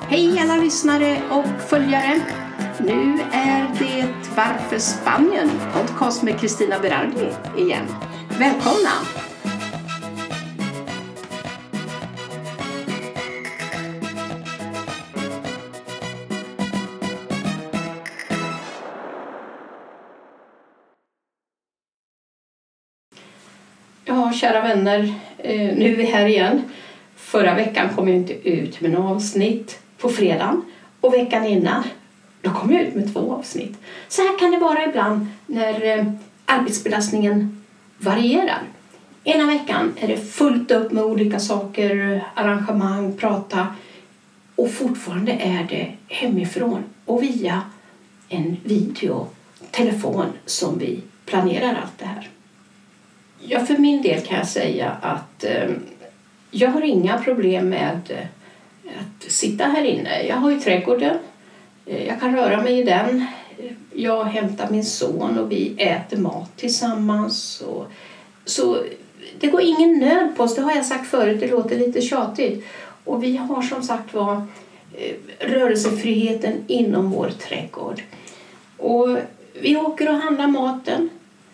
Hej alla lyssnare och följare. Nu är det Varför Spanien? Podcast med Cristina Berardi igen. Välkomna! Ja, kära vänner, nu är vi här igen. Förra veckan kom jag inte ut med något avsnitt på fredagen. Och veckan innan, då kom jag ut med 2 avsnitt. Så här kan det vara ibland när arbetsbelastningen varierar. Ena veckan är det fullt upp med olika saker, arrangemang, prata. Och fortfarande är det hemifrån och via en videotelefon som vi planerar allt det här. Ja, för min del kan jag säga att jag har inga problem med att sitta här inne. Jag har ju trädgården. Jag kan röra mig i den. Jag hämtar min son och vi äter mat tillsammans. Så det går ingen nöd på oss. Det har jag sagt förut. Det låter lite tjatigt. Och vi har som sagt rörelsefriheten inom vår trädgård. Och vi åker och handlar maten.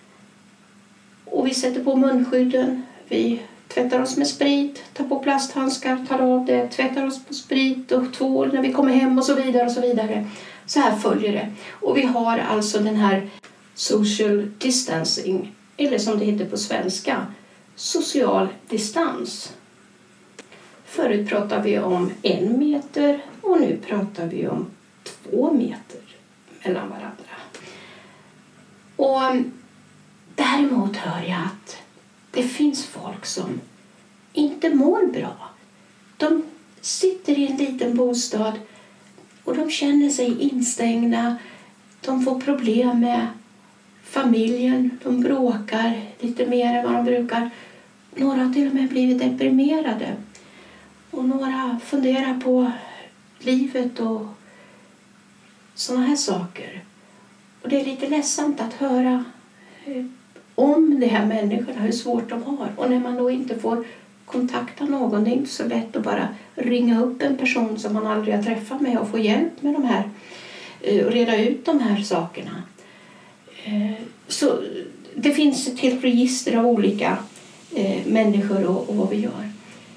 Och vi sätter på munskydden. Vi tvättar oss med sprit, tar på plasthandskar, tar av det, tvättar oss på sprit och tvål när vi kommer hem och så vidare och så vidare. Så här följer det. Och vi har alltså den här social distancing, eller som det heter på svenska, social distans. Förut pratade vi om 1 meter och nu pratar vi om 2 meter mellan varandra. Och däremot hör jag att det finns folk som inte mår bra. De sitter i en liten bostad och de känner sig instängda. De får problem med familjen. De bråkar lite mer än vad de brukar. Några har till och med blivit deprimerade. Och några funderar på livet och såna här saker. Och det är lite ledsamt att höra om de här människorna, hur svårt de har. Och när man då inte får kontakta någon, det är inte så lätt att bara ringa upp en person som man aldrig har träffat med och få hjälp med de här och reda ut de här sakerna. Så det finns ett helt register av olika människor och vad vi gör.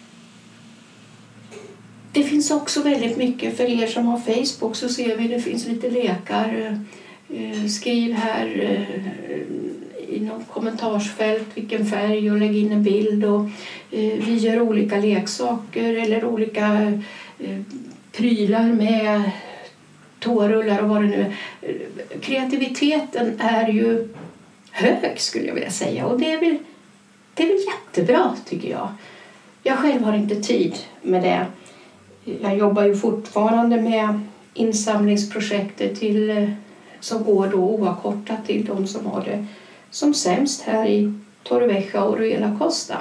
Det finns också väldigt mycket, för er som har Facebook så ser vi det finns lite lekar. Skriv här i något kommentarsfält vilken färg och lägg in en bild. Och vi gör olika leksaker eller olika prylar med tårullar och vad det nu är. Kreativiteten är ju hög skulle jag vilja säga. Och det är väl jättebra tycker jag. Jag själv har inte tid med det. Jag jobbar ju fortfarande med insamlingsprojektet som går då oavkortat till de som har det som sämst här i Torrevieja och Ruela Costa.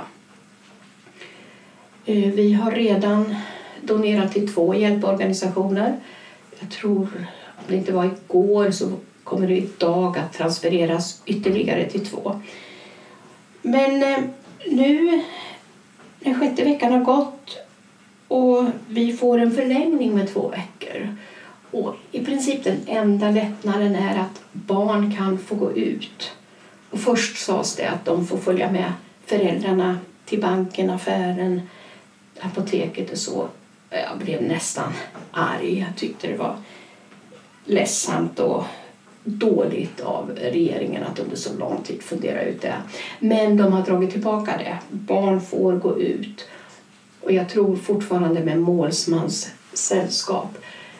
Vi har redan donerat till 2 hjälporganisationer. Jag tror, om det inte var igår så kommer det idag att transfereras ytterligare till 2. Men nu när 6:e veckan har gått och vi får en förlängning med 2 veckor. Och i princip den enda lättnaden är att barn kan få gå ut. Och först sades det att de får följa med föräldrarna till banken, affären, apoteket och så. Jag blev nästan arg. Jag tyckte det var ledsamt och dåligt av regeringen att under så lång tid fundera ut det. Men de har dragit tillbaka det. Barn får gå ut. Och jag tror fortfarande med målsmans sällskap.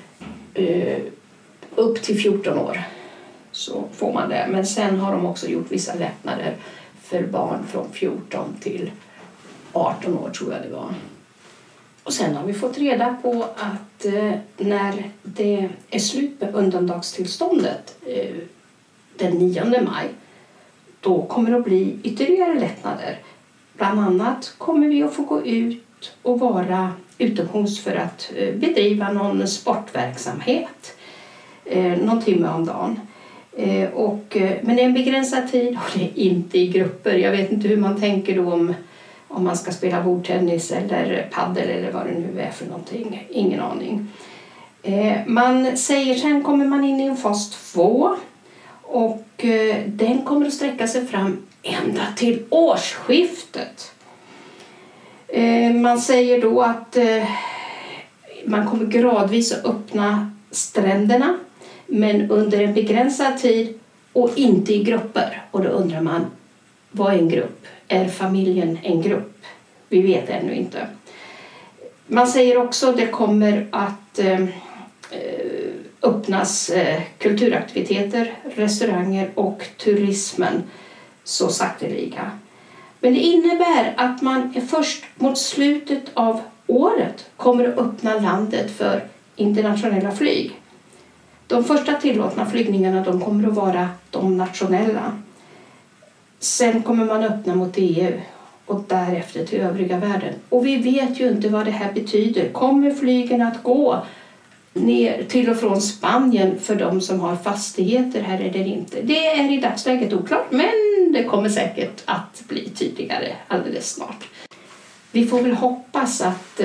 Upp till 14 år så får man det. Men sen har de också gjort vissa lättnader för barn från 14 till 18 år tror jag det var. Och sen har vi fått reda på att när det är slut med undantagstillståndet den 9 maj då kommer det att bli ytterligare lättnader. Bland annat kommer vi att få gå ut och vara utomhus för att bedriva någon sportverksamhet någon timme om dagen. Men det är en begränsad tid och det är inte i grupper. Jag vet inte hur man tänker då om man ska spela bordtennis eller paddel eller vad det nu är för någonting. Ingen aning. Man säger sen kommer man in i en fas 2 och den kommer att sträcka sig fram ända till årsskiftet. Man säger då att man kommer gradvis att öppna stränderna men under en begränsad tid och inte i grupper. Och då undrar man, vad är en grupp? Är familjen en grupp? Vi vet ännu inte. Man säger också att det kommer att öppnas kulturaktiviteter, restauranger och turismen så sakteliga. Men det innebär att man först mot slutet av året kommer att öppna landet för internationella flyg. De första tillåtna flygningarna de kommer att vara de nationella. Sen kommer man öppna mot EU och därefter till övriga världen. Och vi vet ju inte vad det här betyder. Kommer flygen att gå ner till och från Spanien för de som har fastigheter här eller inte? Det är i dagsläget oklart, men det kommer säkert att bli tydligare alldeles snart. Vi får väl hoppas att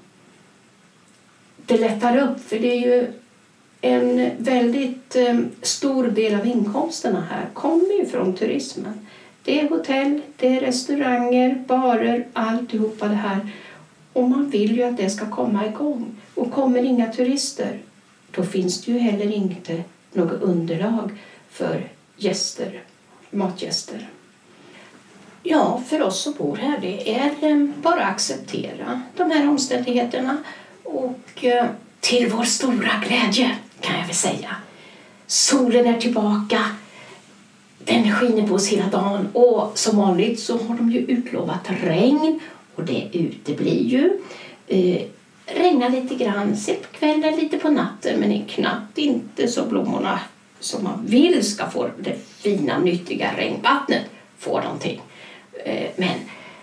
det lättar upp, för det är ju en väldigt stor del av inkomsterna här kommer ju från turismen. Det är hotell, det är restauranger, barer, alltihopa det här. Och man vill ju att det ska komma igång. Och kommer inga turister, då finns det ju heller inte något underlag för gäster, matgäster. Ja, för oss som bor här, det är bara att acceptera de här omständigheterna. Och till vår stora glädje kan jag väl säga. Solen är tillbaka. Den skiner på oss hela dagen. Och som vanligt så har de ju utlovat regn. Och det uteblir ju. Regnar lite grann, sent på kvällen, lite på natten. Men det är knappt inte så blommorna som man vill ska få det fina, nyttiga regnvattnet. Får någonting. Men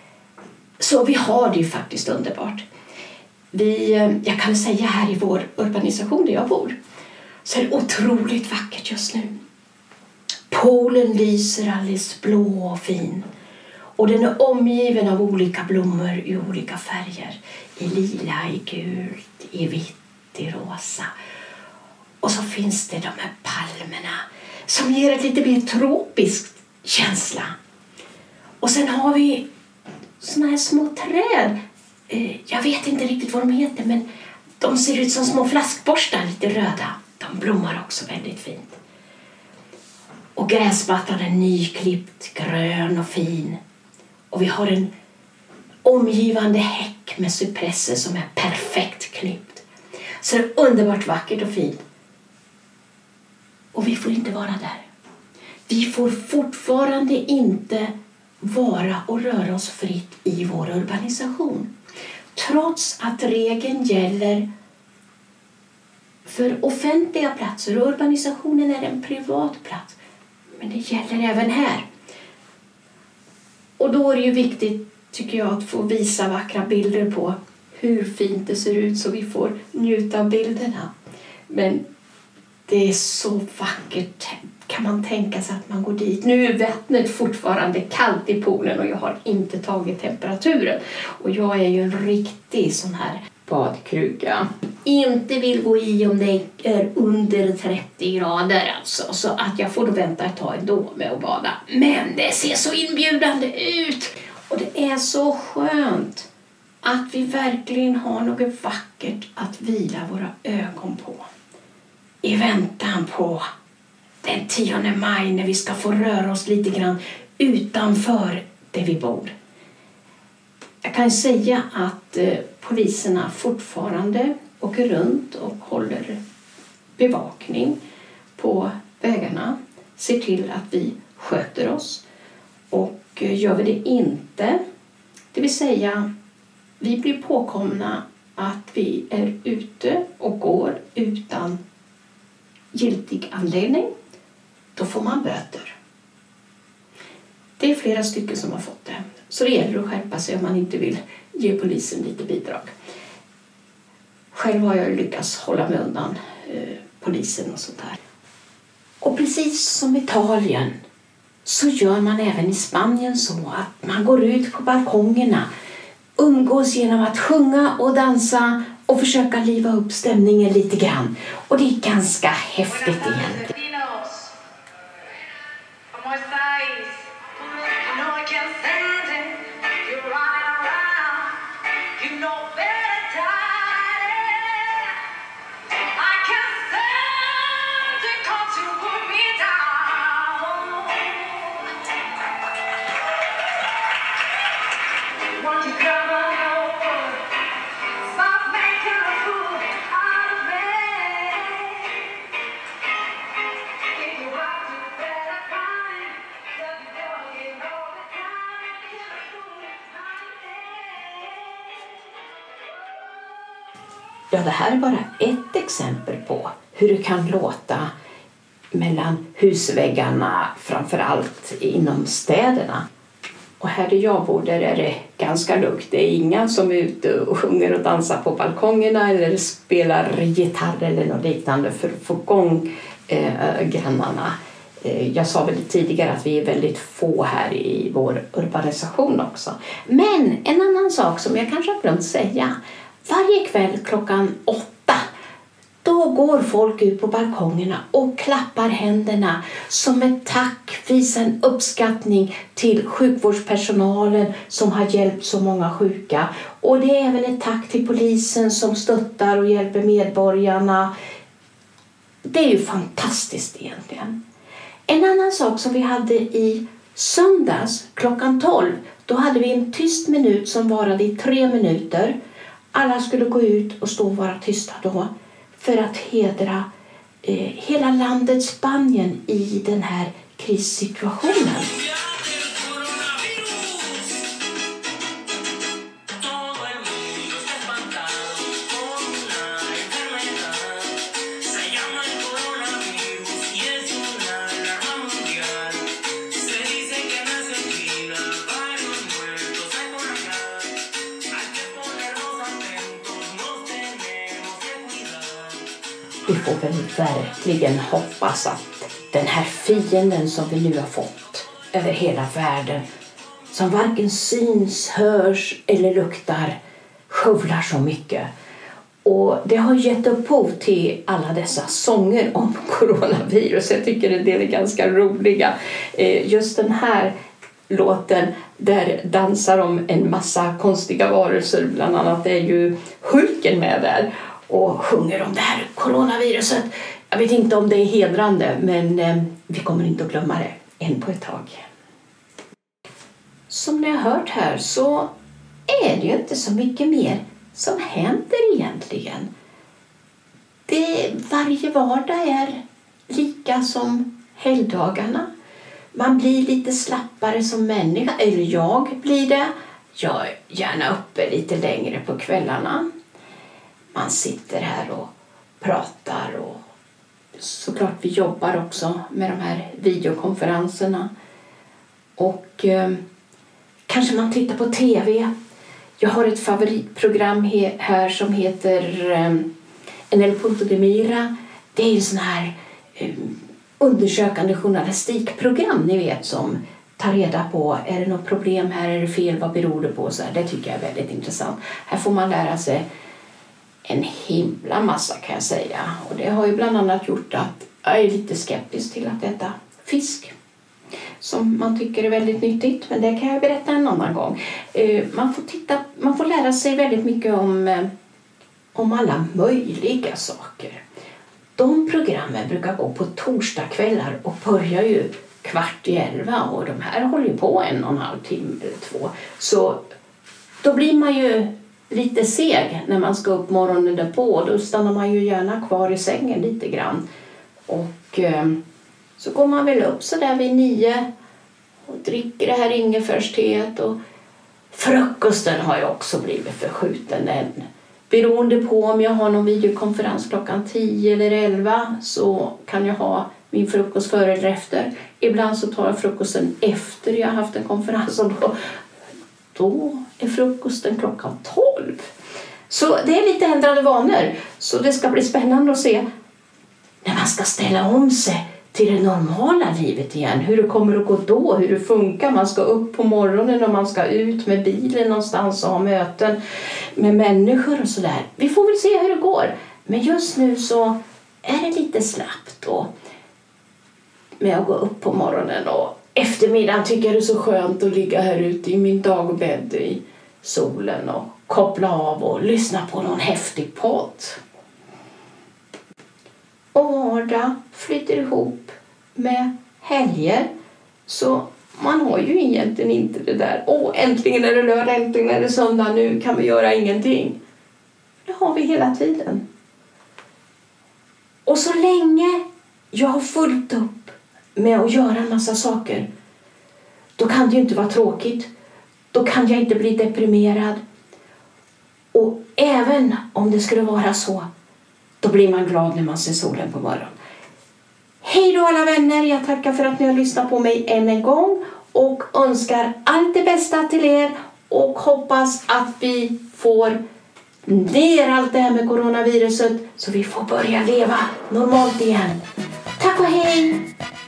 så vi har det ju faktiskt underbart. Jag kan säga här i vår urbanisation där jag bor, så är det otroligt vackert just nu. Poolen lyser alldeles blå och fin. Och den är omgiven av olika blommor i olika färger. I lila, i gult, i vitt, i rosa. Och så finns det de här palmerna som ger ett lite mer tropisk känsla. Och sen har vi såna här små träd. Jag vet inte riktigt vad de heter, men de ser ut som små flaskborstar, lite röda. De blommar också väldigt fint. Och gräsmattan är nyklippt, grön och fin. Och vi har en omgivande häck med cypresser som är perfekt klippt. Så det är underbart vackert och fint. Och vi får inte vara där. Vi får fortfarande inte vara och röra oss fritt i vår urbanisation. Trots att regeln gäller för offentliga platser och urbanisationen är en privat plats. Men det gäller även här. Och då är det ju viktigt, tycker jag, att få visa vackra bilder på hur fint det ser ut så vi får njuta av bilderna. Men det är så vackert, kan man tänka sig att man går dit. Nu är vattnet fortfarande kallt i poolen och jag har inte tagit temperaturen. Och jag är ju en riktig sån här badkruka. Inte vill gå i om det är under 30 grader alltså. Så att jag får då vänta ett tag ändå med att bada. Men det ser så inbjudande ut. Och det är så skönt att vi verkligen har något vackert att vila våra ögon på. I väntan på den 10 maj när vi ska få röra oss lite grann utanför där vi bor. Jag kan säga att poliserna fortfarande åker runt och håller bevakning på vägarna. Ser till att vi sköter oss. Och gör vi det inte, det vill säga vi blir påkomna att vi är ute och går utan giltig anledning, då får man böter. Det är flera stycken som har fått det. Så det gäller att skärpa sig om man inte vill ge polisen lite bidrag. Själv har jag lyckats hålla mig undan polisen och sånt där. Och precis som i Italien så gör man även i Spanien så att man går ut på balkongerna, umgås genom att sjunga och dansa och försöka liva upp stämningen lite grann. Och det är ganska häftigt egentligen. Ja, det här är bara ett exempel på hur det kan låta mellan husväggarna, framförallt inom städerna. Och här där jag bor, där är det ganska lugnt. Det är inga som är ute och sjunger och dansar på balkongerna eller spelar gitarr eller något liknande för att få igång grannarna. Jag sa väl tidigare att vi är väldigt få här i vår urbanisation också. Men en annan sak som jag kanske har glömt säga. Varje kväll klockan 8, då går folk ut på balkongerna och klappar händerna som ett tack, visar en uppskattning till sjukvårdspersonalen som har hjälpt så många sjuka. Och det är även ett tack till polisen som stöttar och hjälper medborgarna. Det är ju fantastiskt egentligen. En annan sak som vi hade i söndags klockan 12, då hade vi en tyst minut som varade i 3 minuter. Alla skulle gå ut och stå och vara tysta då för att hedra hela landet Spanien i den här krissituationen. Vi får väl verkligen hoppas att den här fienden som vi nu har fått över hela världen, som varken syns, hörs eller luktar, skövlar så mycket. Och det har gett upphov till alla dessa sånger om coronavirus. Jag tycker en del är ganska roliga. Just den här låten där dansar om en massa konstiga varelser, bland annat är ju Hulken med där och sjunger om det här coronaviruset. Jag vet inte om det är hedrande, men vi kommer inte att glömma det än på ett tag. Som ni har hört här så är det ju inte så mycket mer som händer egentligen. Varje vardag är lika som helgdagarna. Man blir lite slappare som människa, eller jag blir det. Jag är gärna uppe lite längre på kvällarna. Man sitter här och pratar och såklart vi jobbar också med de här videokonferenserna. Och kanske man tittar på tv. Jag har ett favoritprogram här som heter En el punto de mira. Det är en sån här undersökande journalistikprogram, ni vet, som tar reda på, är det något problem här, är det fel, vad beror det på? Så här, det tycker jag är väldigt intressant. Här får man lära sig en himla massa, kan jag säga. Och det har ju bland annat gjort att jag är lite skeptisk till att äta fisk, som man tycker är väldigt nyttigt, men det kan jag berätta en annan gång. Man får lära sig väldigt mycket om alla möjliga saker. De programmen brukar gå på torsdagskvällar och börjar ju 10:15 och de här håller ju på 1,5 timme eller 2. Så då blir man ju lite seg när man ska upp morgonen därpå. Då stannar man ju gärna kvar i sängen lite grann. Och så går man väl upp så där vid 9 och dricker det här ingefärsteet. Och frukosten har ju också blivit förskjuten än. Beroende på om jag har någon videokonferens klockan 10 eller 11 så kan jag ha min frukost före eller efter. Ibland så tar jag frukosten efter jag har haft en konferens och då är frukosten klockan 12. Så det är lite ändrade vanor. Så det ska bli spännande att se när man ska ställa om sig till det normala livet igen. Hur det kommer att gå då, hur det funkar. Man ska upp på morgonen och man ska ut med bilen någonstans och ha möten med människor och sådär. Vi får väl se hur det går. Men just nu så är det lite slappt då med att gå upp på morgonen, och eftermiddagen tycker jag det är så skönt att ligga här ute i min dagbädd i solen och koppla av och lyssna på någon häftig podd. Och vardag flyter ihop med helger, så man har ju egentligen inte det där äntligen är det lördag, äntligen är det söndag, nu kan vi göra ingenting. Det har vi hela tiden. Och så länge jag har fullt upp med att göra en massa saker, då kan det ju inte vara tråkigt. Då kan jag inte bli deprimerad. Och även om det skulle vara så, då blir man glad när man ser solen på morgonen. Hej då alla vänner, jag tackar för att ni har lyssnat på mig än en gång och önskar allt det bästa till er och hoppas att vi får ner allt det här med coronaviruset så vi får börja leva normalt igen. Tack och hej!